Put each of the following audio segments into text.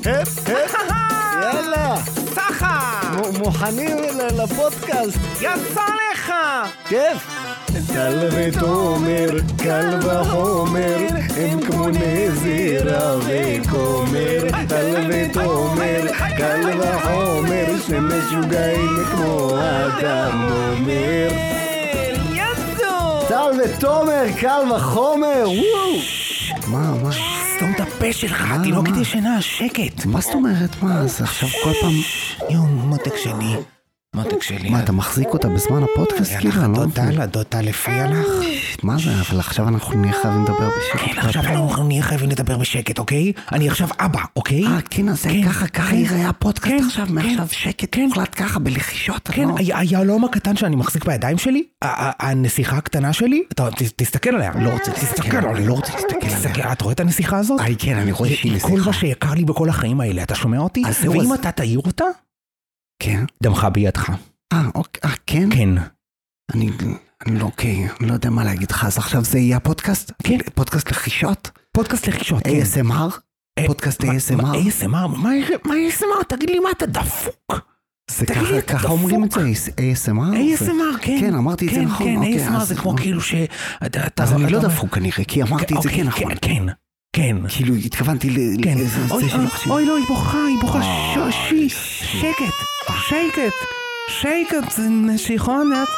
הפ, יאללה. סחה! מוכנים לפודקאסט. יצא לך! כיף. קל ותומר, קל וחומר, הם כמו נזירה וכומר. קל ותומר, קל וחומר, שמשוגעים כמו אדם אומר. ידו! טל ותומר, קל וחומר, וואו. מה? סתום את הפה שלך, תינוקת ישנה, שקט. מה זאת אומרת? מה, זה עכשיו כל פעם... מותק שלי. מה, אתה מחזיק אותה בזמן הפודקאסט? כאילו, אני לא מבין. הדודה לפריע לך. מה זה? אבל עכשיו אנחנו נהיה חייבים לדבר בשקט. כן, עכשיו אנחנו נהיה חייבים לדבר בשקט, אוקיי? אני עכשיו אבא, אוקיי? כן, אז ככה יראה הפודקאסט עכשיו, מעכשיו שקט, מוחלט ככה, בלחישות. כן, היהלום הקטן שאני מחזיק בידיים שלי, הנסיכה הקטנה שלי, תסתכל עליה. לא רוצה להסתכל עליה. לא רוצה להסתכל עליה. אתה רואה את הנסיכה הזאת? כן, אני רואה שהיא נסיכה. כל מה שיקר לי בכל החיים האלה, אתה שומע אותי? ואם אתה תעיר אותה, כן. דמך בידך. כן? כן. אני לא יודע מה להגיד לך, אז עכשיו זה יהיה הפודקאסט? כן. פודקאסט לחישות? פודקאסט לחישות, כן. ASMR? פודקאסט ASMR? מה ASMR? תגיד לי מה אתה דפוק? זה ככה אומרים את זה, ASMR? ASMR, כן. כן, אמרתי את זה נכון. כן, ASMR זה כמו כאילו ש... אז אני לא דפוק כנראה, כי אמרתי את זה כן נכון. כן. כאילו התכוונתי לאיזה נושא שלא חשוב. אוי, לא, היא בוכה, שקט, נסיכונת.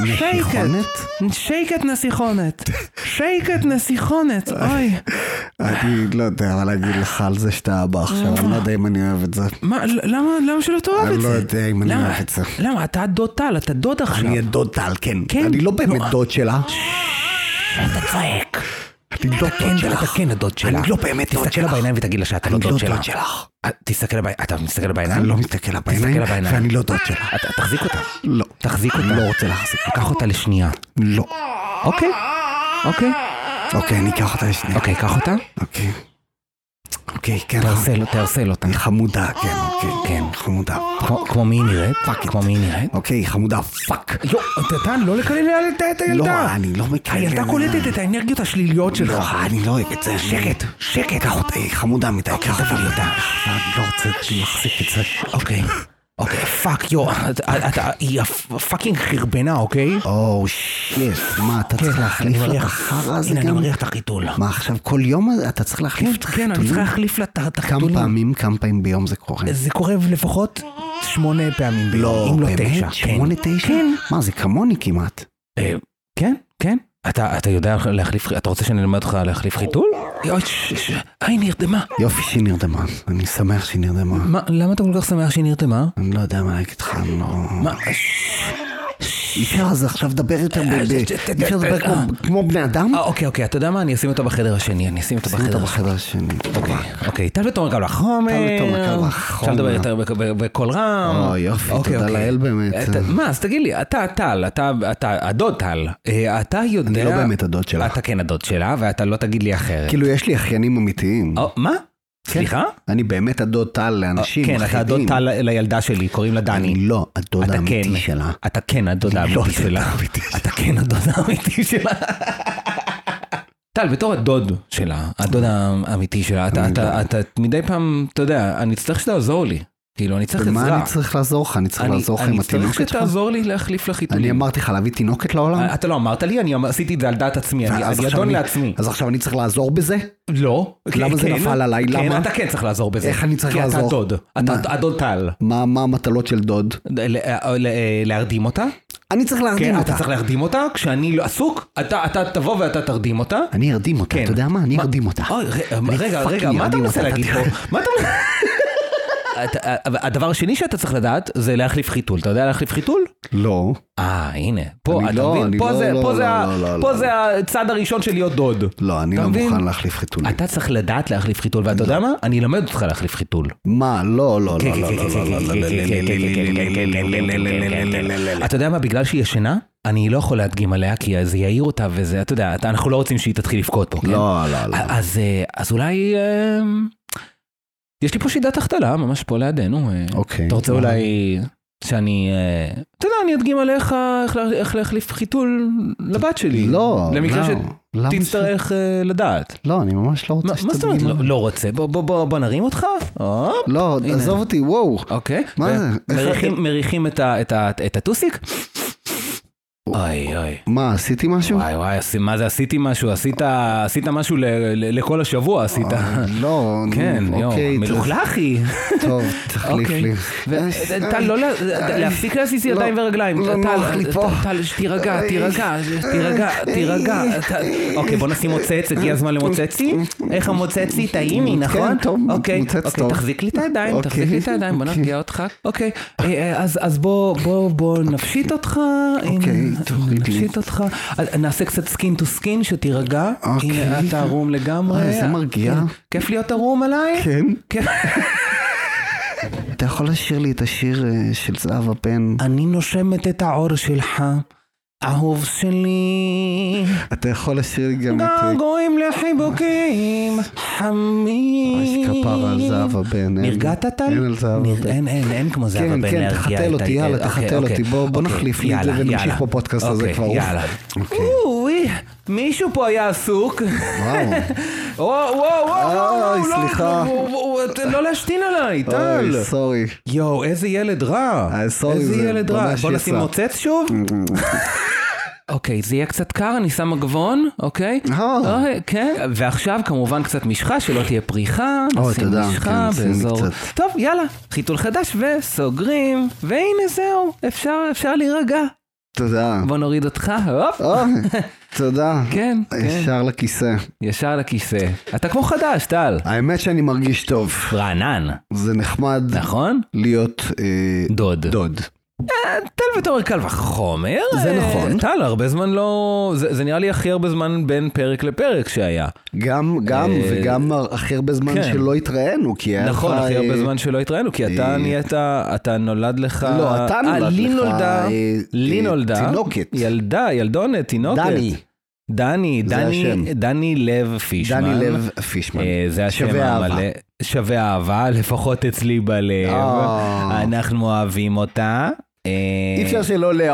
שקט נסיכונת, אוי. אני לא יודע מה להגיד לך על זה שאתה אבא עכשיו, אני לא יודע אם אני אוהב את זה. מה, למה שלא תאהב את זה? אני לא יודע אם אני אוהב את זה. למה? אתה דוד טל, אתה דוד עכשיו. אני דוד טל, כן. אני לא באמת דוד שלה. אתה צועק. אני לא דוד שלך. אתה כן הדוד שלה. אני לא באמת דוד שלך. תסתכל בעיניים ותגיד לה שאתה לא דוד שלה. אני לא דוד שלך. אתה מסתכל בעיניים? אני לא מסתכל בעיניים, ואני לא דוד שלה. תחזיק אותה. לא. תחזיק אותה. לא רוצה להחזיק. קח אותה לשנייה. לא. אוקיי, אני אקח אותה לשנייה. אוקיי, קח אותה. אוקיי, כן. תרסל אותה. היא חמודה, כן, חמודה. כמו מי נראית? אוקיי, חמודה, פאק. אתה לא לקלל את הילדה. לא, אני לא מקלל. הילדה קולטת את האנרגיות השליליות שלך. לא, אני לא אוהב את זה. שקט. קח אותה, היא חמודה מדי. תביא לי אותה. אני לא רוצה להחזיק את זה. אוקיי, פאק, היא פאקינג חרבנה, אוקיי? שיט, מה, אתה צריך להחליף לה את החרא הזה גם? הנה, אני מריח את החיתול. מה, עכשיו כל יום אתה צריך להחליף את החיתולים? כן, אני צריך להחליף לה את החיתולים. כמה פעמים ביום זה קורה? זה קורה לפחות 8 פעמים ביום, אם לא 9. באמת? 8, 9? כן. מה, זה כמוני כמעט. כן. אתה יודע להחליף, אתה רוצה שנלמד אותך להחליף חיתול? היא נרדמה. יופי שהיא נרדמה, אני שמח שהיא נרדמה. למה אתה כל כך שמח שהיא נרדמה? אני לא יודע מה להגיד לך, אני לא... אפשר אז עכשיו לדבר יותר אפשר לדבר כמו בני אדם? אוקיי, אתה יודע מה? אני אשים אותה בחדר השני. אוקיי, טל ותומר קל וחומר. אפשר לדבר יותר בקול רם. יופי, תודה לאל באמת. מה, אז תגיד לי, אתה טל, אתה הדוד טל. אתה יודע... אני לא באמת הדוד שלה. אתה כן הדוד שלה, ואתה לא תגיד לי אחרת. כאילו יש לי אחיינים אמיתיים. מה? סליחה? אני באמת הדוד טל לאנשים כן, אתה הדוד טל לילדה שלי, קוראים לה דני. אני לא הדוד האמיתי שלה. אתה כן הדוד האמיתי שלה. אתה כן הדוד האמיתי שלה. טל, בתור הדוד שלה, הדוד האמיתי שלה, אתה מדי פעם, אתה יודע, אני צריך שתעזור לי. כאילו, אני צריך עזרה. מה אני צריך לעזור לך? אני צריך לעזור לך עם התינוקת שלך? אני צריך שתעזור לי להחליף לחיתולים. אני אמרתי לך להביא תינוקת לעולם? אתה לא אמרת לי, אני עשיתי את זה על דעת עצמי, אני אדון לעצמי. אז עכשיו אני צריך לעזור בזה? לא. למה זה נפל עליי? למה? כן, אתה כן צריך לעזור בזה. איך אני צריך לעזור? כי אתה הדוד. אתה הדוד טל. מה המטלות של דוד? להרדים אותה. אני צריך להרדים אותה. אתה צריך להרדים אותה, כשאני עסוק, אתה תבוא ואתה תרדים אותה. אני ארדים אותה, אתה יודע מה? אני ארדים אותה. רגע, מה אתה מנסה להגיד פה? מה אתה מנסה? הדבר השני שאתה צריך לדעת זה להחליף חיתול. אתה יודע להחליף חיתול? לא. הנה. פה זה הצד הראשון של להיות דוד. לא, אני לא מוכן להחליף חיתול. אתה צריך לדעת להחליף חיתול, ואתה יודע מה? אני אלמד אותך להחליף חיתול. מה? לא. אתה יודע מה? בגלל שהיא ישנה, אני לא יכול להדגים עליה, כי זה יעיר אותה וזה, אתה יודע, אנחנו לא רוצים שהיא תתחיל לבכות פה. לא. אז אולי... יש לי פה שידת החתלה, ממש פה לידינו. אוקיי. אתה רוצה אולי... שאני, אתה יודע, אני אדגים עליך איך להחליף חיתול לבת שלי. לא. למקרה שתצטרך לדעת. לא, אני ממש לא רוצה מה זאת אומרת? לא רוצה. בוא נרים אותך? לא, עזוב אותי, וואו. אוקיי. מה זה? מריחים את הטוסיק? אוי אוי. מה, עשיתי משהו? וואי, מה זה עשיתי משהו? עשית משהו לכל השבוע, עשית. לא, כן, אוקיי. מלוכלכי. טוב, תחליף לי. טל, לא להפסיק להסיס ידיים ורגליים. טל, תירגע. אוקיי, בוא נשים מוצץ, הגיע הזמן למוצצי. איך המוצצי? טעימי, נכון? כן, טוב, מוצץ טוב. תחזיק לי את הידיים, בוא נרגיע אותך. אוקיי, אז בוא נפשיט אותך. אוקיי. נפשיט אותך, נעשה קצת סקין טו סקין שתירגע, הנה אתה ערום לגמרי. זה מרגיע. כיף להיות ערום עליי? כן. אתה יכול לשיר לי את השיר של זהבה בן? אני נושמת את העור שלך, אהוב שלי. אתה יכול לשיר לי גם את... געגועים לחיבוקים, חמים. כפרה על זהבה בן. נרגעת טל? אין על זהבה בן. אין כמו זהבה בן להרגיע. כן, תחתל אותי, יאללה, תחתל אותי. בוא נחליף לי את זה ונמשיך בפודקאסט הזה כבר. יאללה. אוי, מישהו פה היה עסוק. וואו, סליחה. לא להשתין עליי, טל. אוי, סורי. יואו, איזה ילד רע. איזה ילד רע. בוא נשים מוצץ שוב. אוקיי, זה יהיה קצת קר, אני שם מגבון, אוקיי? כן, ועכשיו כמובן קצת משחה, שלא תהיה פריחה. תודה. משחה באזור. טוב, יאללה, חיתול חדש וסוגרים, והנה זהו, אפשר להירגע. תודה. בוא נוריד אותך, הופ. תודה. כן. ישר לכיסא. אתה כמו חדש, טל. האמת שאני מרגיש טוב. רענן. זה נחמד. נכון? להיות דוד. טל ותומר קל וחומר. זה נכון. טל, הרבה זמן לא... זה נראה לי הכי הרבה זמן בין פרק לפרק שהיה. גם וגם הכי הרבה זמן שלא התראינו. נכון, הכי הרבה זמן שלא התראינו, כי אתה נהיית, אתה נולד לך... לא, אתה נולד לך... לי נולדה. תינוקת. ילדונת, תינוקת. דני לב פישמן. זה השם המלא. שווה אהבה, לפחות אצלי בלב. אנחנו אוהבים אותה. אי אפשר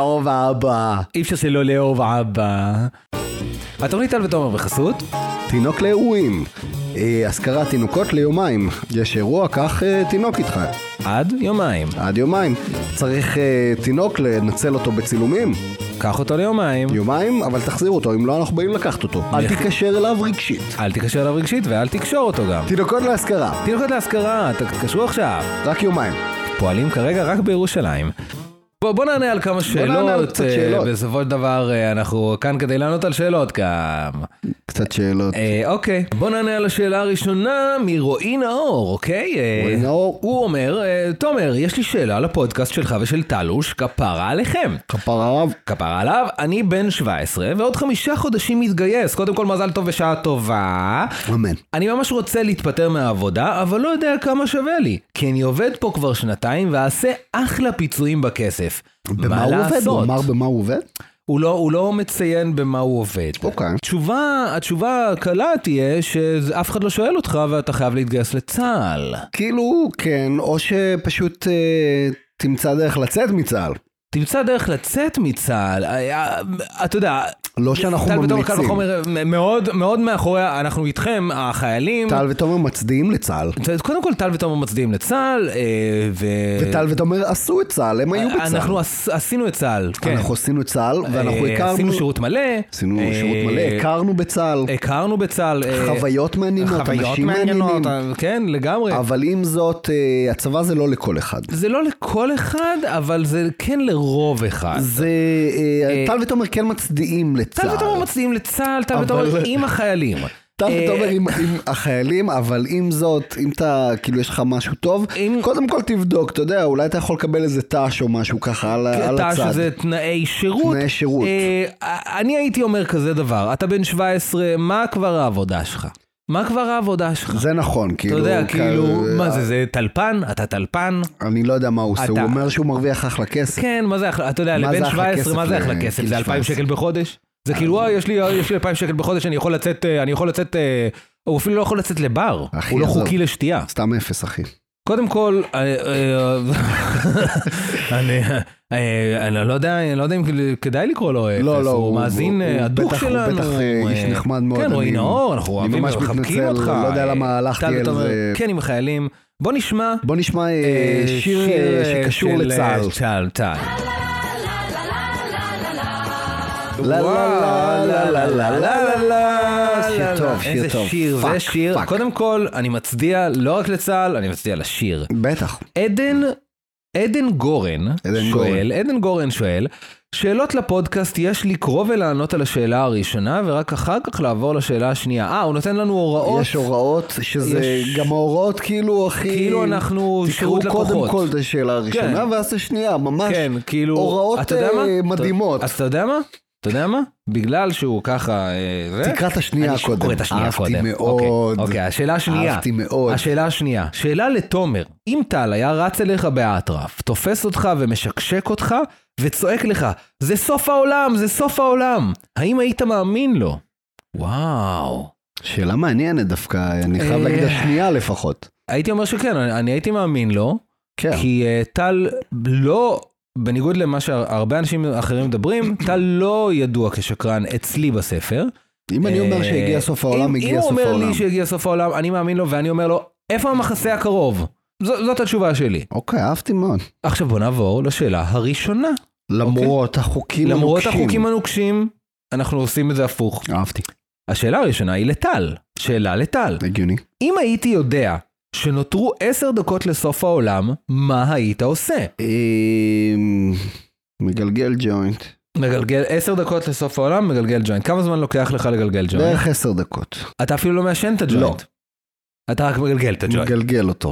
שלא לאהוב אבא. התוכנית טל ותומר בחסות תינוק לאירועים. הזכרת תינוקות ליומיים. יש אירוע, כך תינוק איתך. עד יומיים. צריך תינוק לנצל אותו בצילומים. קח אותו יומיים, אבל תחזיר אותו, אם לא אנחנו באים לקחת אותו. אל תיקשר אליו רגשית. ואל תקשור אותו גם. תינוקות להשכרה, תתקשרו עכשיו. רק יומיים. פועלים כרגע רק בירושלים. בוא נענה על כמה שאלות. בסופו של דבר אנחנו כאן כדי לענות על שאלות קצת שאלות. אוקיי, בוא נענה על השאלה הראשונה מרועי נאור, אוקיי? רועי נאור. הוא אומר, תומר, יש לי שאלה על הפודקאסט שלך ושל טלוש, כפרה עליכם. כפרה עליו, אני בן 17 ועוד 5 חודשים מתגייס. קודם כל מזל טוב ושעה טובה. אמן. אני ממש רוצה להתפטר מהעבודה, אבל לא יודע כמה שווה לי. כי אני עובד פה כבר 2 ואעשה אחלה פיצויים בכסף. במה הוא עובד? הוא אמר במה הוא עובד? הוא לא מציין במה הוא עובד. אוקיי. התשובה הקלה תהיה שאף אחד לא שואל אותך ואתה חייב להתגייס לצה"ל. כאילו, כן, או שפשוט תמצא דרך לצאת מצה"ל. אתה יודע, לא שאנחנו ממליצים. טל ותומר מאוד מאחורי, אנחנו איתכם, החיילים. טל ותומר מצדיעים לצה"ל. קודם כל, טל ותומר מצדיעים לצה"ל, וטל ותומר עשו את צה"ל, הם היו בצה"ל. אנחנו עשינו את צה"ל, כן. אנחנו עשינו את צה"ל, ואנחנו הכרנו... עשינו שירות מלא. הכרנו בצה"ל. חוויות מעניינות, אנשים מעניינים. כן, לגמרי. אבל עם זאת, הצבא זה לא לכל אחד. זה לא לכל אחד, אבל זה כן לרוב אחד. טל ותומר כן מצדיעים לצה"ל. טל ותומר מצדיעים לצה"ל, טל ותומר עם החיילים. טל ותומר עם החיילים, אבל עם זאת, אם אתה, כאילו יש לך משהו טוב, קודם כל תבדוק, אתה יודע, אולי אתה יכול לקבל איזה תש או משהו ככה על הצד. תש זה תנאי שירות. אני הייתי אומר כזה דבר, אתה בן 17, מה כבר העבודה שלך? זה נכון, כאילו... אתה יודע, כאילו, מה זה, זה טלפן? אתה טלפן? אני לא יודע מה הוא עושה, הוא אומר שהוא מרוויח אחלה כסף. כן, מה זה אחלה, אתה יודע, לבן 17, מה זה אחלה כסף? זה 2,000 שקל בחודש? זה כאילו, יש לי 2,000 שקל בחודש, אני יכול לצאת, הוא אפילו לא יכול לצאת לבר, הוא לא חוקי לשתייה. סתם אפס, אחי. קודם כל, אני לא יודע אם כדאי לקרוא לו אפס, הוא מאזין הדוק שלנו. הוא בטח איש נחמד מאוד. כן, רואי נאור, אנחנו אוהבים ומחבקים אותך. לא יודע למה הלכתי על זה. כן, עם החיילים. בוא נשמע שיר שקשור לצה"ל. צה"ל. איזה שיר, זה שיר. קודם כל, אני מצדיע לא רק לצה"ל, אני מצדיע לשיר. בטח. עדן גורן שואל, שאלות לפודקאסט יש לקרוא ולענות על השאלה הראשונה, ורק אחר כך לעבור לשאלה השנייה. הוא נותן לנו הוראות. יש הוראות, שזה גם ההוראות כאילו הכי... כאילו אנחנו שירות לקוחות. תקראו קודם כל את השאלה הראשונה, ואז השנייה, ממש הוראות מדהימות. אז אתה יודע מה? בגלל שהוא ככה... תקרא את השנייה קודם. אני קורא את השנייה קודם. אהבתי מאוד. אוקיי, השאלה השנייה. אהבתי מאוד. השאלה השנייה. שאלה לתומר. אם טל היה רץ אליך באטרף, תופס אותך ומשקשק אותך, וצועק לך, זה סוף העולם, זה סוף העולם. האם היית מאמין לו? וואו. שאלה מעניינת דווקא, אני חייב להגיד השנייה לפחות. הייתי אומר שכן, אני הייתי מאמין לו, כי טל לא... בניגוד למה שהרבה אנשים אחרים מדברים, טל לא ידוע כשקרן אצלי בספר. אם אני אומר שהגיע סוף העולם, הגיע סוף העולם. אם הוא אומר לי שהגיע סוף העולם, אני מאמין לו, ואני אומר לו, איפה המחסה הקרוב? זאת התשובה שלי. אוקיי, אהבתי מאוד. עכשיו בוא נעבור לשאלה הראשונה. למרות החוקים הנוקשים, אנחנו עושים את זה הפוך. אהבתי. השאלה הראשונה היא לטל. שאלה לטל. הגיוני. אם הייתי יודע שנותרו 10 דקות לסוף העולם, מה היית עושה? מגלגל ג'וינט. 10 דקות לסוף העולם, מגלגל ג'וינט. כמה זמן לוקח לך לגלגל ג'וינט? בערך 10 דקות. אתה אפילו לא מעשן את הג'וינט. לא. אתה רק מגלגל את הג'וינט. מגלגל אותו.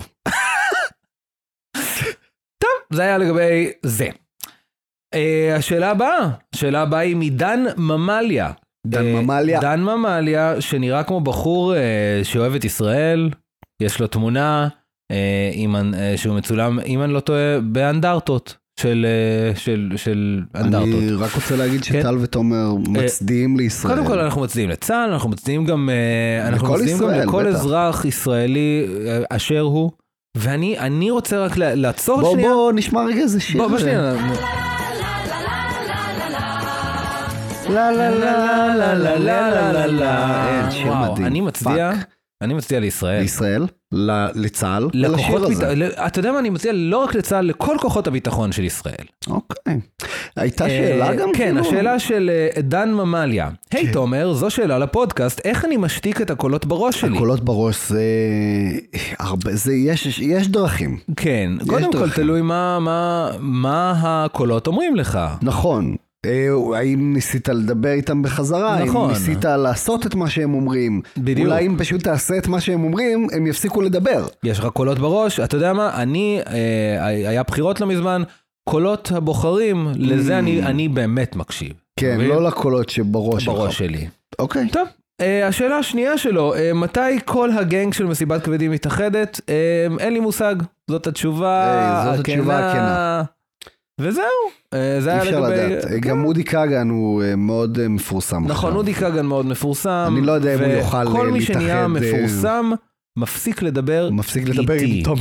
טוב, זה היה לגבי זה. השאלה הבאה היא מדן ממליה. דן ממליה, שנראה כמו בחור שאוהב את ישראל, יש לו תמונה שהוא מצולם, אם אני לא טועה, באנדרטות של אנדרטות. אני רק רוצה להגיד שטל ותומר מצדיעים לישראל. קודם כל אנחנו מצדיעים לצה"ל, אנחנו מצדיעים גם לכל אזרח ישראלי אשר הוא, ואני רוצה רק לעצור שנייה. בוא נשמע רגע איזה שיר. בוא שנייה. לה לה לה לה לה לה לה לה. אין, שיר מדהים. אני מצדיע לישראל. לישראל? לצה"ל? לשיר הזה. אתה יודע מה, אני מצדיע לא רק לצה"ל, לכל כוחות הביטחון של ישראל. אוקיי. הייתה שאלה גם? כן, השאלה של דן ממליה. היי תומר, זו שאלה לפודקאסט, איך אני משתיק את הקולות בראש שלי? הקולות בראש זה... יש דרכים. כן, קודם כל תלוי מה הקולות אומרים לך. נכון. האם ניסית לדבר איתם בחזרה, נכון. האם ניסית לעשות את מה שהם אומרים, בדיוק. אולי אם פשוט תעשה את מה שהם אומרים, הם יפסיקו לדבר. יש לך קולות בראש, אתה יודע מה, היה בחירות לא מזמן, קולות הבוחרים, לזה אני באמת מקשיב. כן, לא לקולות שבראש שלך. בראש שלי. אוקיי. טוב, השאלה השנייה שלו, מתי כל הגנג של מסיבת כבדים מתאחדת? אין לי מושג, זאת התשובה הכנה. וזהו, זה היה לגבי... גם אודי קאגן הוא מאוד מפורסם. נכון, אודי קאגן מאוד מפורסם. אני לא יודע אם הוא יוכל להתאחד. וכל מי שנהיה מפורסם, מפסיק לדבר עם תומר.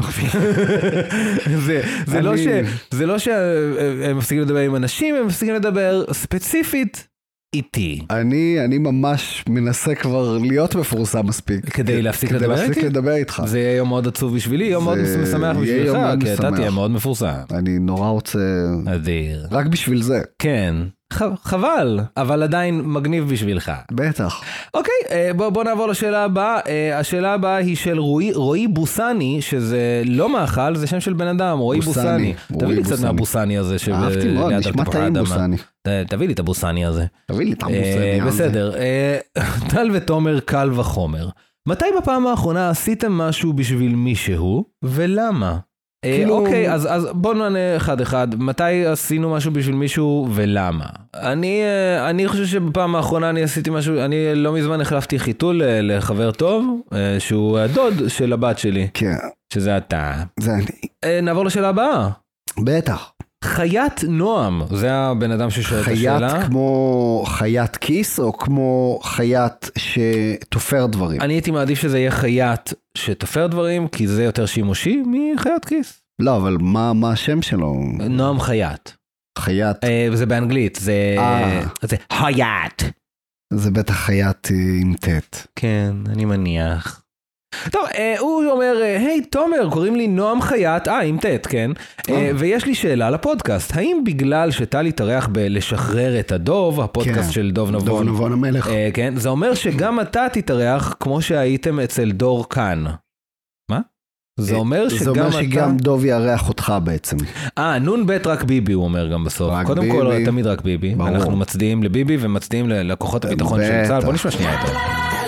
זה לא שהם מפסיקים לדבר עם אנשים, הם מפסיקים לדבר ספציפית איתי. אני ממש מנסה כבר להיות מפורסם מספיק. כדי להפסיק לדבר איתך. זה יהיה יום מאוד עצוב בשבילי, יום מאוד משמח בשבילך, כי אתה תהיה מאוד מפורסם. אני נורא רוצה... אדיר. רק בשביל זה. כן. חבל, אבל עדיין מגניב בשבילך. בטח. אוקיי, בוא נעבור לשאלה הבאה. השאלה הבאה היא של רועי בוסני, שזה לא מאכל, זה שם של בן אדם, רועי בוסני. תביא לי קצת מהבוסני הזה. אהבתי מאוד, נשמע טעים בוסני. תביא לי את הבוסני הזה. תביא לי את הבוסני הזה. בסדר. טל ותומר קל וחומר. מתי בפעם האחרונה עשיתם משהו בשביל מישהו, ולמה? אוקיי, אז בואו נענה אחד. מתי עשינו משהו בשביל מישהו ולמה? אני חושב שבפעם האחרונה אני עשיתי משהו, אני לא מזמן החלפתי חיתול לחבר טוב, שהוא הדוד של הבת שלי. כן. שזה אתה. זה אני. נעבור לשאלה הבאה. בטח. חיית נועם, זה הבן אדם ששואל את השאלה. חיית כמו חיית כיס, או כמו חיית שתופר דברים? אני הייתי מעדיף שזה יהיה חיית שתופר דברים, כי זה יותר שימושי מחיית כיס. לא, אבל מה השם שלו? נועם חיית. חיית. זה באנגלית, זה חיית. זה בטח חיית עם תת. כן, אני מניח. טוב, הוא אומר, היי תומר, קוראים לי נועם חיית, עם תת, כן? ויש לי שאלה לפודקאסט, האם בגלל שטל התארח בלשחרר את הדוב, הפודקאסט של דוב נבון, דוב נבון המלך, כן, זה אומר שגם אתה תתארח כמו שהייתם אצל דור כאן. מה? זה אומר שגם דוב יארח אותך בעצם. נון בית רק ביבי, הוא אומר גם בסוף. קודם כל, תמיד רק ביבי. אנחנו מצדיעים לביבי ומצדיעים לכוחות הביטחון של צה"ל. בוא נשמע שנייה את זה.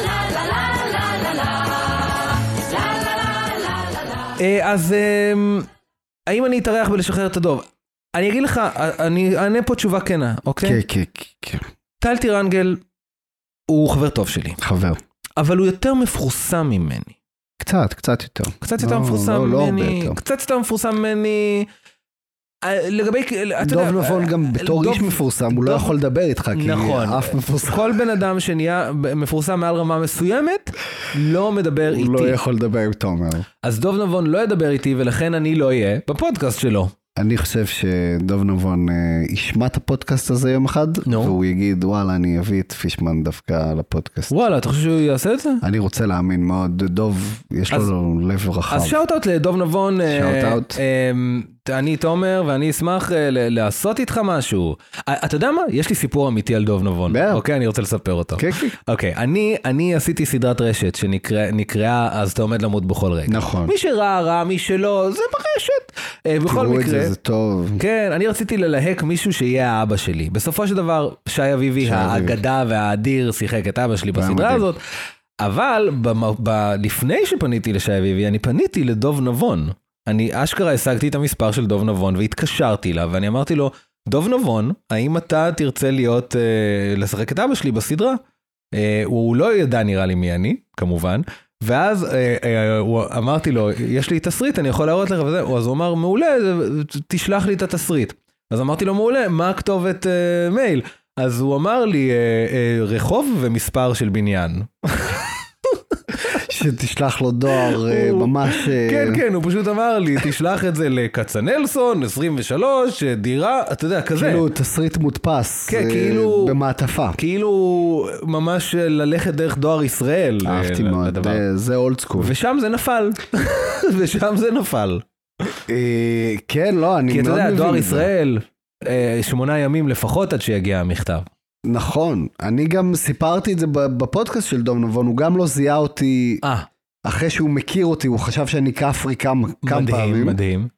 אז האם אני אתארח בלשחרר את הדוב? אני אגיד לך, אני אענה פה תשובה כנה, אוקיי? כן. טל טירנגל הוא חבר טוב שלי. חבר. אבל הוא יותר מפורסם ממני. קצת יותר. קצת יותר מפורסם ממני. קצת יותר מפורסם ממני. לגבי, דוב נבון גם בתור איש מפורסם, הוא לא יכול לדבר איתך, כי אף מפורסם. כל בן אדם שנהיה מפורסם מעל רמה מסוימת, לא מדבר איתי. הוא לא יכול לדבר עם תומר. אז דוב נבון לא ידבר איתי, ולכן אני לא אהיה בפודקאסט שלו. אני חושב שדוב נבון ישמע את הפודקאסט הזה יום אחד, והוא יגיד, וואלה, אני אביא את פישמן דווקא לפודקאסט. וואלה, אתה חושב שהוא יעשה את זה? אני רוצה להאמין מאוד, דוב, יש לו לב רחב. אז שאוט-אוט לדוב נבון. שאוט-אוט. אני תומר, ואני אשמח לעשות איתך משהו. אתה יודע מה? יש לי סיפור אמיתי על דוב נבון. אוקיי, אני רוצה לספר אותו. אוקיי, אני עשיתי סדרת רשת שנקראה אז אתה עומד למות בכל רגע. נכון. מי שראה, מי שלא, זה ברשת. בכל מקרה. זה טוב. כן, אני רציתי ללהק מישהו שיהיה האבא שלי. בסופו של דבר, שי אביבי, האגדה והאדיר, שיחק את אבא שלי בסדרה הזאת. אבל לפני שפניתי לשי אביבי, אני פניתי לדוב נבון. אני אשכרה השגתי את המספר של דוב נבון, והתקשרתי לה, ואני אמרתי לו, דוב נבון, האם אתה תרצה להיות, לשחק את אבא שלי בסדרה? הוא לא ידע נראה לי מי אני, כמובן, ואז אמרתי לו, יש לי תסריט, אני יכול להראות לך וזה, אז הוא אמר, מעולה, תשלח לי את התסריט. אז אמרתי לו, מעולה, מה הכתובת מייל? אז הוא אמר לי, רחוב ומספר של בניין. שתשלח לו דואר ממש... כן, הוא פשוט אמר לי, תשלח את זה לקצנלסון, 23, דירה, אתה יודע, כזה. כאילו תסריט מודפס, במעטפה. כאילו ממש ללכת דרך דואר ישראל. אהבתי מאוד, זה אולד סקול. ושם זה נפל. כן, לא, אני מאוד מבין. כי אתה יודע, דואר ישראל, 8 ימים לפחות עד שיגיע המכתב. נכון, אני גם סיפרתי את זה בפודקאסט של דוב נבון, הוא גם לא זיהה אותי, אחרי שהוא מכיר אותי, הוא חשב שאני כפרי כמה פעמים. מדהים.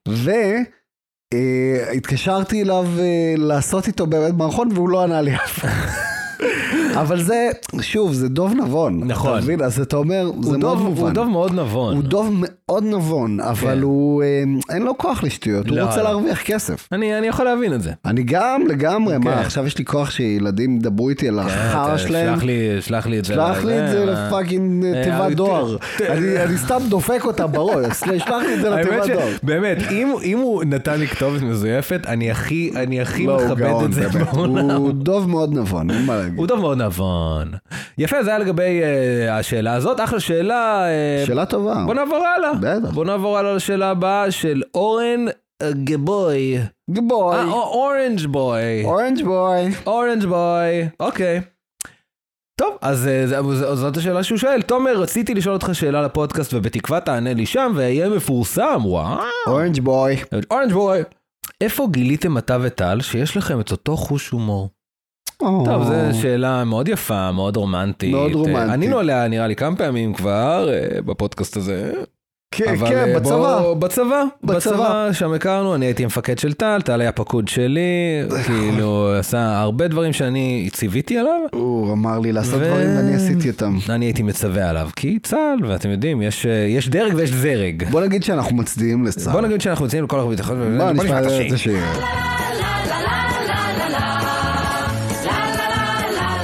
והתקשרתי אליו לעשות איתו באמת מערכון, והוא לא ענה לי אף. אבל זה, שוב, זה דוב נבון. נכון. אתה מבין? אז אתה אומר, זה מאוד מובן. הוא דוב מאוד נבון. הוא דוב מאוד נבון, אבל הוא, אין לו כוח לשטויות, הוא רוצה להרוויח כסף. אני יכול להבין את זה. אני גם לגמרי, מה, עכשיו יש לי כוח שילדים דברו איתי על החרא שלהם. שלח לי את זה. שלח לי את זה לפאקינג תיבת דואר. אני סתם דופק אותה בראש, שלח לי את זה לתיבת דואר. באמת, אם הוא נתן לי כתובת מזויפת, אני הכי מכבד את זה בעולם. הוא דוב מאוד נבון, אין מה להגיד. הוא דוב מאוד נבון. יפה, זה היה לגבי השאלה הזאת. אחלה שאלה. שאלה טובה. בוא נעבור הלאה. בטח. בוא נעבור הלאה לשאלה הבאה של אורן גבוי. אורנג' בוי. אורנג' בוי. אוקיי. טוב, אז זאת השאלה שהוא שואל. תומר, רציתי לשאול אותך שאלה לפודקאסט, ובתקווה תענה לי שם, ויהיה מפורסם. וואו. אורנג' בוי. איפה גיליתם אתה וטל שיש לכם את אותו חוש הומור? טוב, זו שאלה מאוד יפה, מאוד רומנטית. מאוד רומנטית. ענינו עליה נראה לי כמה פעמים כבר בפודקאסט הזה. כן, בצבא. בצבא שם הכרנו, אני הייתי מפקד של טל, טל היה פקוד שלי, כאילו עשה הרבה דברים שאני ציוויתי עליו. הוא אמר לי לעשות דברים ואני עשיתי אותם. אני הייתי מצווה עליו, כי צה"ל, ואתם יודעים, יש דרג ויש זרג. בוא נגיד שאנחנו מצדיעים לצה"ל. בוא נגיד שאנחנו מצדיעים לכל הביטחון. בוא נשמע את השיר.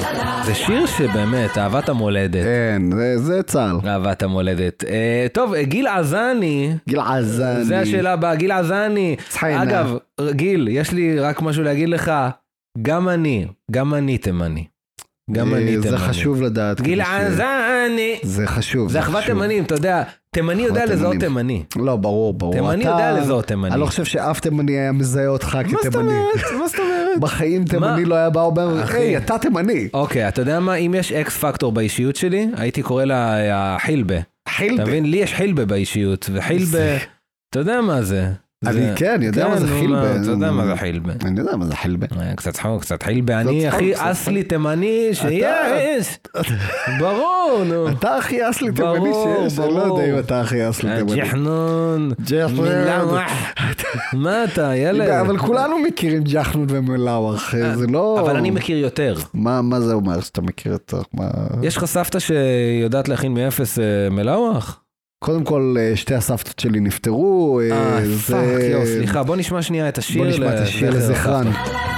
זה שיר שבאמת, אהבת המולדת. כן, זה צהל. אהבת המולדת. טוב, גיל עזני. גיל עזני. זה השאלה הבאה, גיל עזני. אגב, גיל, יש לי רק משהו להגיד לך, גם אני תימני. גם אני תימני. זה חשוב לדעת. גיל עזני. זה חשוב. זה אחוות תימנים, אתה יודע. תימני יודע לזהות תימני. לא, ברור. תימני יודע לזהות תימני. אני לא חושב שאף תימני היה מזהה אותך כתימני. מה זאת אומרת? בחיים תימני לא היה בא ואומר, היי, אתה תימני. אוקיי, אתה יודע מה? אם יש אקס פקטור באישיות שלי, הייתי קורא לה חילבה. חילבה? אתה מבין? לי יש חילבה באישיות, וחילבה, אתה יודע מה זה? אני כן, יודע מה זה חילבה. אתה יודע מה זה חילבה. אני יודע מה זה חילבה. קצת צחוק, קצת חילבה. אני הכי אסלי תימני שיש. ברור, נו. אתה הכי אסלי תימני שיש. אני לא יודע אם אתה הכי אסלי תימני. ג'חנון. מלאווח. מה אתה, ילד? אבל כולנו מכירים ג'חנון ומלאווח. זה לא... אבל אני מכיר יותר. מה זה אומר שאתה מכיר יותר? יש לך סבתא שיודעת להכין מאפס מלאווח? קודם כל, שתי הסבתות שלי נפטרו. פאק, יו, סליחה, בוא נשמע שנייה את השיר. בוא נשמע את השיר לזכרן.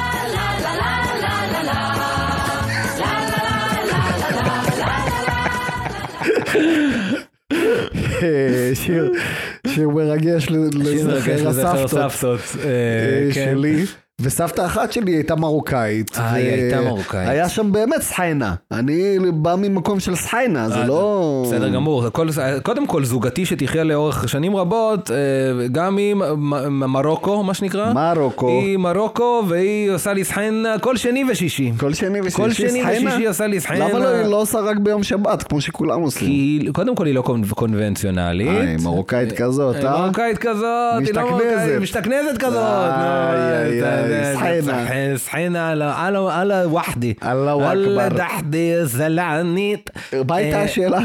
שיר מרגש לזכר הסבתות שלי. וסבתא אחת שלי הייתה מרוקאית. היא הייתה מרוקאית. היה שם באמת סחיינה. אני בא ממקום של סחיינה, זה לא... בסדר גמור. קודם כל, זוגתי שתחיה לאורך שנים רבות, גם היא מרוקו, מה שנקרא? מרוקו. היא מרוקו, והיא עושה לי סחיינה כל שני ושישי. כל שני ושישי. כל שני ושישי עושה לי סחיינה. למה היא לא עושה רק ביום שבת, כמו שכולם עושים? כי קודם כל היא לא קונבנציונלית. היא מרוקאית כזאת, מרוקאית כזאת. משתכנזת כזאת. סחיינה על הווחדי. על הדחדי זלענית. מה הייתה השאלה?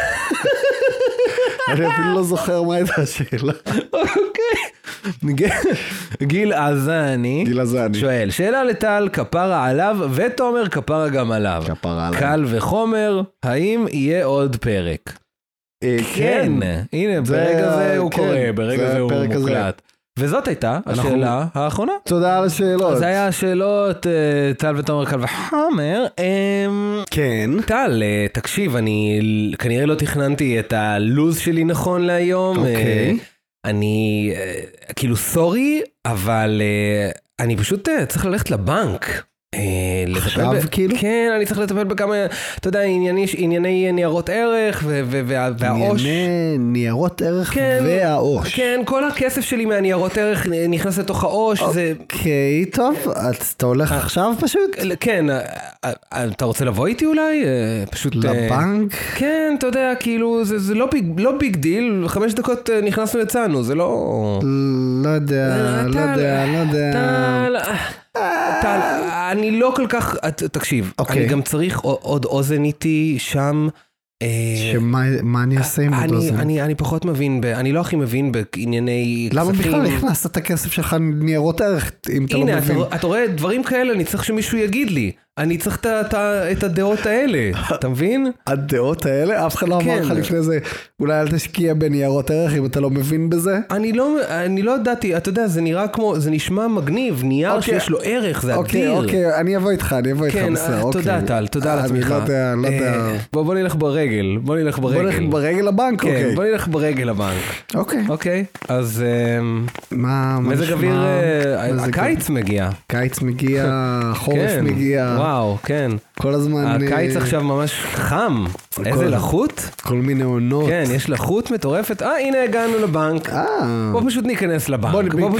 אני אפילו לא זוכר מה הייתה השאלה. אוקיי. גיל עזני שואל, שאלה לטל, כפרה עליו ותומר כפרה גם עליו. קל וחומר, האם יהיה עוד פרק? כן. הנה, ברגע זה הוא קורא, ברגע זה הוא מוקלט. וזאת הייתה השאלה האחרונה. תודה על השאלות. זה היה השאלות, טל ותומר קל וחומר. כן. טל, תקשיב, אני כנראה לא תכננתי את הלוז שלי נכון להיום. אוקיי. אני, כאילו סורי, אבל אני פשוט צריך ללכת לבנק. עכשיו כאילו? כן, אני צריך לטפל בכמה, אתה יודע, ענייני ניירות ערך והעוש. ענייני ניירות ערך והעוש. כן, כל הכסף שלי מהניירות ערך נכנס לתוך העוש. אוקיי, טוב, אתה הולך עכשיו פשוט? כן, אתה רוצה לבוא איתי אולי? פשוט... לבנק? כן, אתה יודע, כאילו, זה לא ביג דיל, 5 דקות נכנסנו לצאנו, זה לא... לא יודע. טל, אני לא כל כך, תקשיב, אני גם צריך עוד אוזן איתי שם. מה אני אעשה עם עוד אוזן? אני פחות מבין, אני לא הכי מבין בענייני כספים. למה בכלל הכנסת את הכסף שלך ניירות ערך, אם אתה לא מבין? הנה, אתה רואה, דברים כאלה, אני צריך שמישהו יגיד לי. אני צריך את הדעות האלה, אתה מבין? הדעות האלה? אף אחד לא אמר לך לפני זה, אולי אל תשקיע בניירות ערך אם אתה לא מבין בזה? אני לא ידעתי, אתה יודע, זה נראה כמו, זה נשמע מגניב, נייר שיש לו ערך, זה אדיר. אוקיי, אני אבוא איתך, כן, תודה טל, תודה על התמיכה. אני לא יודע. בוא נלך ברגל, בוא נלך ברגל לבנק? כן, בוא נלך ברגל לבנק. אוקיי, אז מזג אוויר, הקיץ מגיע. קיץ מגיע, חורף מגיע. וואו, כן. כל הזמן... הקיץ עכשיו ממש חם. איזה לחות. כל מיני עונות. כן, יש לחות מטורפת. הנה הגענו לבנק. בוא פשוט ניכנס לבנק.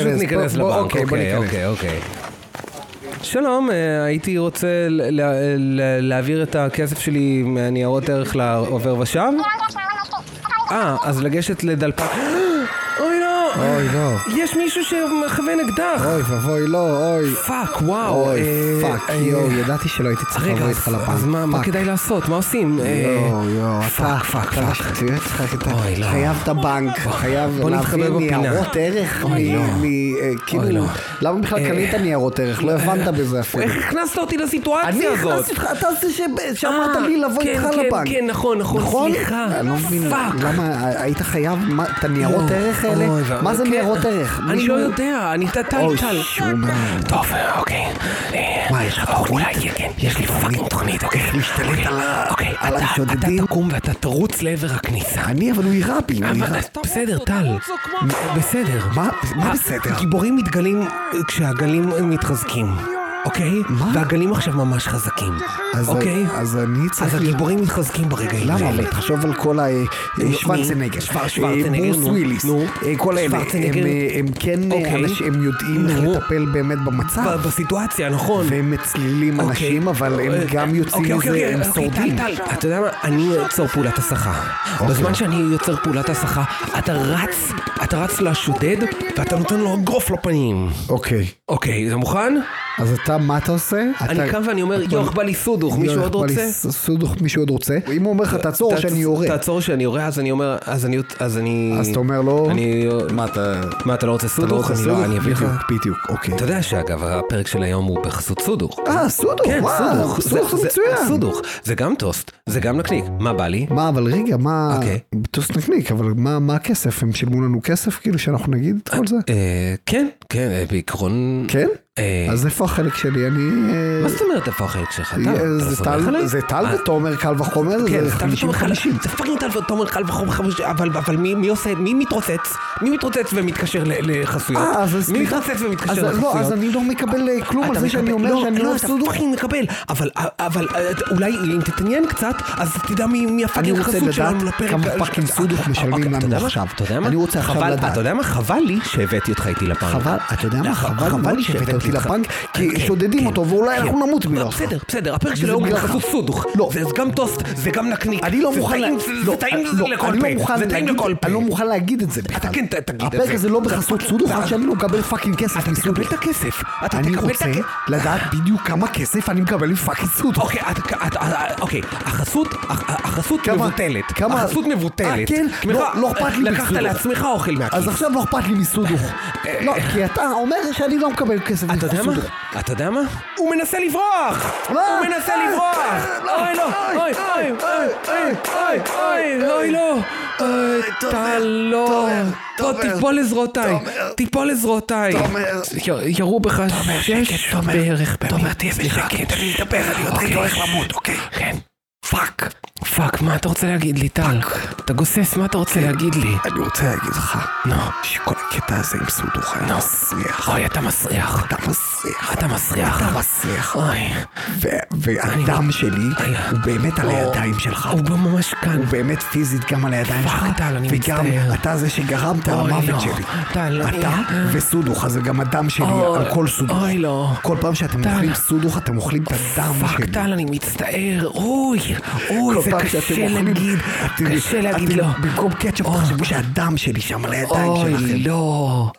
אוקיי. שלום, הייתי רוצה להעביר את הכסף שלי מהניירות ערך לעובר ושב. אז לגשת לדלפק. אוי לא. יש מישהו שמכוון אקדח. אוי ובוי לא, אוי. פאק, וואו. אוי, פאק, יו, ידעתי שלא הייתי צריך לבוא איתך לבנק. אז מה כדאי לעשות? מה עושים? פאק. חייב את הבנק, חייב להביא ניירות ערך. כאילו, למה בכלל קנית ניירות ערך? לא הבנת בזה אפילו. איך הכנסת אותי לסיטואציה הזאת? אני הכנסתי אותך, אתה עושה שאמרת לי לבוא איתך לבנק. כן, נכון, סליחה. אני לא מבין, למה היית חייב את הניירות ערך האלה? מה זה ניירות ערך? אני לא יודע, אני טל. טוב, אוקיי. מה, יש לך תוכנית? כן, יש לי פאקינג תוכנית, אוקיי. להשתלט על השודדים. אתה תקום ואתה תרוץ לעבר הכניסה. אבל הוא יירה בי. בסדר, טל. בסדר. מה בסדר? גיבורים מתגלים כשהגלים מתחזקים. אוקיי? והגלים עכשיו ממש חזקים. אוקיי? אז אני צריך... אז הגיבורים מתחזקים ברגעים. למה? אבל תחשוב על כל שוורצנגר. ברוס וויליס. כל האלה. הם כן, הם יודעים איך לטפל באמת במצב. בסיטואציה, נכון. והם מצלילים אנשים, אבל הם גם יוצאים מזה, הם שורדים. אתה יודע מה? אני יוצר פעולת הסחה. בזמן שאני יוצר פעולת הסחה, אתה רץ לשודד, ואתה נותן לו גרוף לפנים. אוקיי, זה מוכן? אז אתה, מה אתה עושה? אני קם ואני אומר, יוח בא לי סודוך, מישהו עוד רוצה? סודוך, מישהו עוד רוצה? אם הוא אומר לך, תעצור או שאני יורה? תעצור או שאני יורה, אז אני אומר, אז אתה אומר לו... מה, אתה לא רוצה סודוך? אני אביא לך. בדיוק, אוקיי. אתה יודע שאגב, הפרק של היום הוא בחסות סודוך. סודוך, וואו, סודוך זה מצוין. סודוך, זה גם טוסט, זה גם נקניק. מה בא לי? מה, אבל רגע, מה... טוסט נקניק, אבל מה הכסף? הם שילמו לנו כסף כאילו שאנחנו נגיד כל זה? כן, בעיקרון... כן? אז איפה החלק שלי? מה זאת אומרת איפה החלק שלך? זה טל ותומר קל וחומר, זה 50-50. זה פאקינג טל ותומר קל וחומר, אבל מי עושה, מי מתרוצץ ומתקשר לחסויות? מי מתרוצץ ומתקשר לחסויות? אז אני לא מקבל כלום על זה שאני אומר שאני לא סודוך. אתה פאקינג מקבל, אבל אולי אם תתעניין קצת, אז תדע מי הפאקינג חסות שלנו לפרק. כמה פאקינג סודוך משלמים לנו עכשיו. אני רוצה עכשיו לדעת. אתה יודע מה? חבל לי שהבאתי אותך איתי לפאנק. אתה יודע מה? חבל לי שהבאתי אותי לפאנק, כי שודדים אותו, ואולי אנחנו נמות מלא. בסדר, הפרק של היום הוא חסות סודוך. זה גם טוסט, זה גם נקניק. אני לא מוכן... זה טעים לכל פה. זה טעים לכל פה. אני לא מוכן להגיד את זה בכלל. אתה כן תגיד את זה. הפרק הזה לא בחסות סודוך, עד שאני לא מקבל פאקינג כסף. אתה תקבל את הכסף. אני רוצה לדעת בדיוק כמה כסף אני מקבל מפאקינג סודוך. אוקיי, החסות מבוטלת. החסות מבוטלת. כן, לא אכפת לי לקחת לעצמך אוכל מהכיס. אז עכשיו לא אכפת לי מסודוך. לא, כי אתה אומר שאני לא מקבל כסף מסודוך. אתה יודע מה? הוא מנסה לברוח! אוי לא! טל לא! תיפול לזרועותיי! ירו בך 6 בערך. תומר, תהיה בשקט, אני מדבר, אני הולך למות, אוקיי? כן. פאק, מה אתה רוצה להגיד לי, טל? אתה גוסס, מה אתה רוצה להגיד לי? אני רוצה להגיד לך שכל הקטע הזה עם סודוך היה מסריח. אוי, אתה מסריח. אוי. והדם שלי הוא באמת על הידיים שלך. הוא ממש כאן. הוא באמת פיזית גם על הידיים שלך. פאק, טל, אני מצטער. וגם אתה זה שגרמת למוות שלי. אתה וסודוך, אז זה גם הדם שלי על כל סודוך. אוי, לא. כל פעם שאתם אוכלים סודוך, אתם אוכלים את הדם שלי. פאק, טל, אני מצטער. אוי, זה קשה להגיד לו. במקום קטשופ תחשבו שהדם שלי שם על הידיים שלכם. אוי, לא.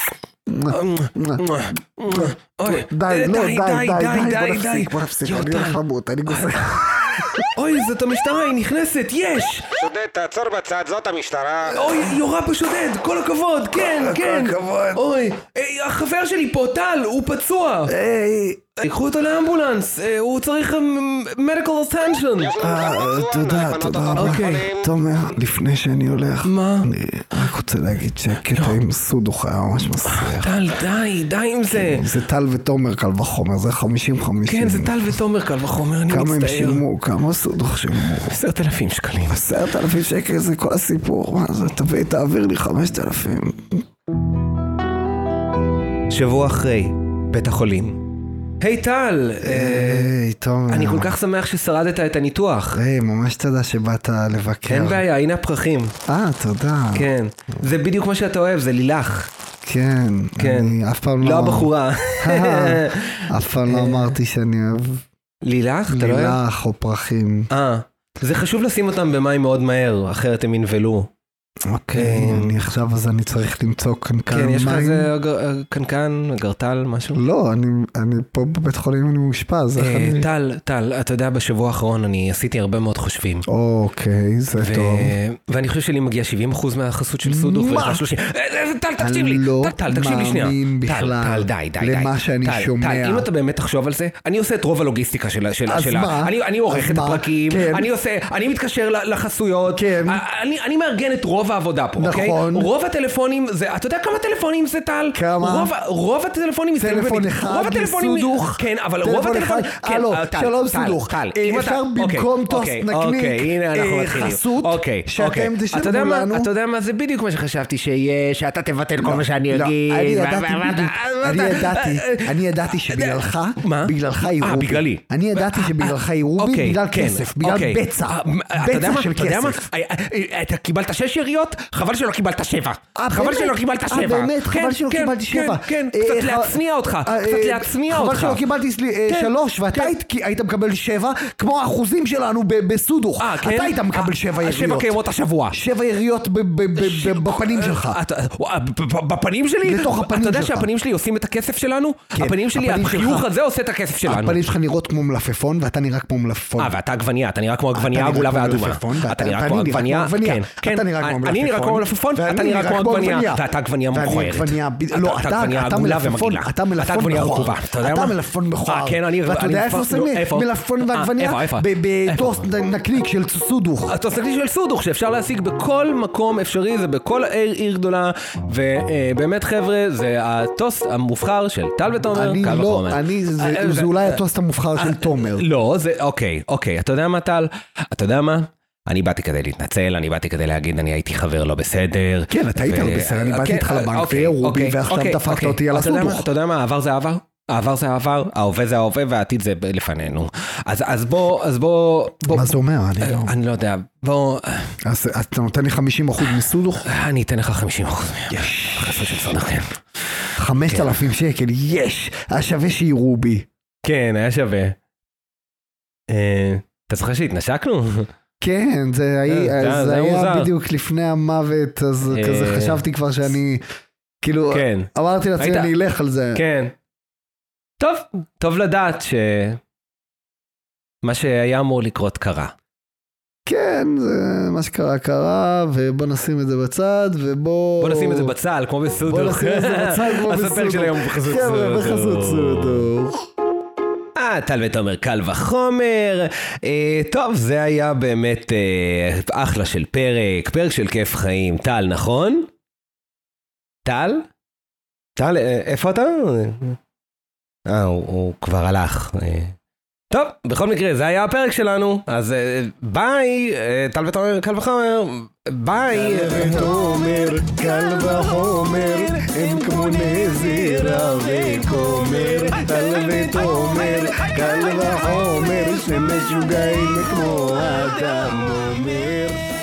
די, בוא נפסיק, אני הולך למות, אני גוסס. אוי, זאת המשטרה, היא נכנסת, יש! שודד, תעצור בצד, זאת המשטרה. אוי, יורה בשודד, כל הכבוד, כן. כל הכבוד. אוי, החבר שלי פה, טל, הוא פצוע. תיקחו אותו לאמבולנס, הוא צריך medical attention. תודה רבה. תומר, לפני שאני הולך, מה? אני רק רוצה להגיד שהקטע עם סודוך היה ממש מסריח. טל, די עם זה. זה טל ותומר קל וחומר, זה 50-50. כן, זה טל ותומר קל וחומר, אני מצטער. כמה הם שילמו? כמה סודוך שילמו? 10,000 שקלים. 10,000 שקל זה כל הסיפור, מה זה? תעביר לי 5,000. שבוע אחרי, בית החולים. היי טל, תומר. אני כל כך שמח ששרדת את הניתוח. ממש תודה שבאת לבקר. אין בעיה, הנה הפרחים. תודה. כן, זה בדיוק מה שאתה אוהב, זה לילך. כן, אני אף פעם לא הבחורה. אף פעם לא אמרתי שאני אוהב לילך, אתה לא אוהב? לילך או פרחים. זה חשוב לשים אותם במים מאוד מהר, אחרת הם ינבלו. אוקיי, אני עכשיו אז אני צריך למצוא קנקן מים. כן, יש לך איזה קנקן, גרטל, משהו? לא, אני פה בבית חולים, אני מאושפז. טל, אתה יודע, בשבוע האחרון אני עשיתי הרבה מאוד חושבים. אוקיי, זה טוב. ואני חושב שלי מגיע 70% מהחסות של סודוך. מה? טל, תקשיב לי. טל, תקשיב לי שנייה. מאמין בכלל די. למה שאני שומע. טל, אם אתה באמת תחשוב על זה, אני עושה את רוב הלוגיסטיקה שלה. אז מה? אני עורך את הפרקים, אני מתקשר לחסויות, אני מארגן את רוב רוב העבודה פה, אוקיי? נכון. רוב הטלפונים זה, אתה יודע כמה טלפונים זה טל? כמה? רוב הטלפונים זה... טלפון אחד לסודוך. כן, אבל רוב הטלפונים... הלו, שלום סודוך. אפשר במקום טוסט נקניק חסות, שאתם תשלמו לנו. אתה יודע מה זה בדיוק מה שחשבתי שיהיה, שאתה תבטל כל מה שאני אגיד. אני ידעתי שבגללך, בגללך ירובי. בגללי. אני ידעתי שבגללך ירובי, בגלל כסף, בגלל בצע. בצע של כסף. אתה קיבלת 6 יריות, חבל שלא קיבלת 7. חבל שלא קיבלת 7. באמת, חבל שלא קיבלתי 7. כן, קצת להצניע אותך. חבל שלא קיבלתי 3, ואתה היית מקבל 7, כמו האחוזים שלנו בסודוך. אתה היית מקבל 7 יריות. 7 קיימות השבוע. 7 יריות בפנים שלך. בפנים שלי? לתוך הפנים שלך. אתה יודע שהפנים שלי עושים את הכסף שלנו? הפנים שלי, החיוך הזה עושה את הכסף שלנו. הפנים שלך נראות כמו מלפפון, ואתה נראה כמו מלפפון. ואתה עגבניה, אתה נראה כמו עגבניה עגולה ואדומה. אתה נראה כמו עגבניה, כן. אני נראה כמו מלפפון, אתה נראה כמו עגבניה, ואתה עגבניה מכוערת. לא, אתה מלפפון, אתה מלפון מכוער. ואתה יודע איפה עושים מלפון ועגבניה? בטוסט נקניק של סודוך. הטוסט נקניק של סודוך, שאפשר להשיג בכל מקום אפשרי, זה בכל עיר גדולה, ובאמת חבר'ה, זה הטוסט המובחר של טל ותומר, קל וחומר. זה אולי הטוסט המובחר של תומר. לא, זה, אוקיי, אתה יודע מה טל? אתה יודע מה? אני באתי כדי להתנצל, אני באתי כדי להגיד, אני הייתי חבר לא בסדר. כן, אתה היית לא בסדר, אני באתי איתך לבנק, רובי, ועכשיו דפקת אותי על הסודוך. אתה יודע מה? העבר זה העבר? העבר זה העבר, ההווה זה ההווה, והעתיד זה לפנינו. אז בוא... מה זה אומר? אני לא יודע, בוא... אז אתה נותן לי 50% מסודוך? אני אתן לך 50%. יש. חסות של סודוך, כן. 5,000 שקל, יש! היה שווה שיראו בי. כן, היה שווה. אתה זוכר שהתנשקנו? כן, זה היה בדיוק לפני המוות, אז כזה חשבתי כבר שאני... כאילו, אמרתי לעצמי, אני אלך על זה. כן. טוב לדעת שמה שהיה אמור לקרות קרה. כן, זה מה שקרה קרה, ובוא נשים את זה בצד, ובוא... בוא נשים את זה בצד, כמו בסודוך. בוא נשים את זה בצד, כמו בסודוך. הספר של היום בחסות סודוך. חבר'ה, בחסות סודוך. טל ותומר קל וחומר. טוב, זה היה באמת אחלה של פרק של כיף חיים. טל, נכון? טל? טל, איפה אתה? הוא כבר הלך. טוב, בכל מקרה, זה היה הפרק שלנו, אז ביי, טל ותומר קל וחומר, ביי. טל ותומר קל וחומר, הם כמו נזירה וכומר. טל ותומר קל וחומר, שמשוגעים כמו אדם אומר.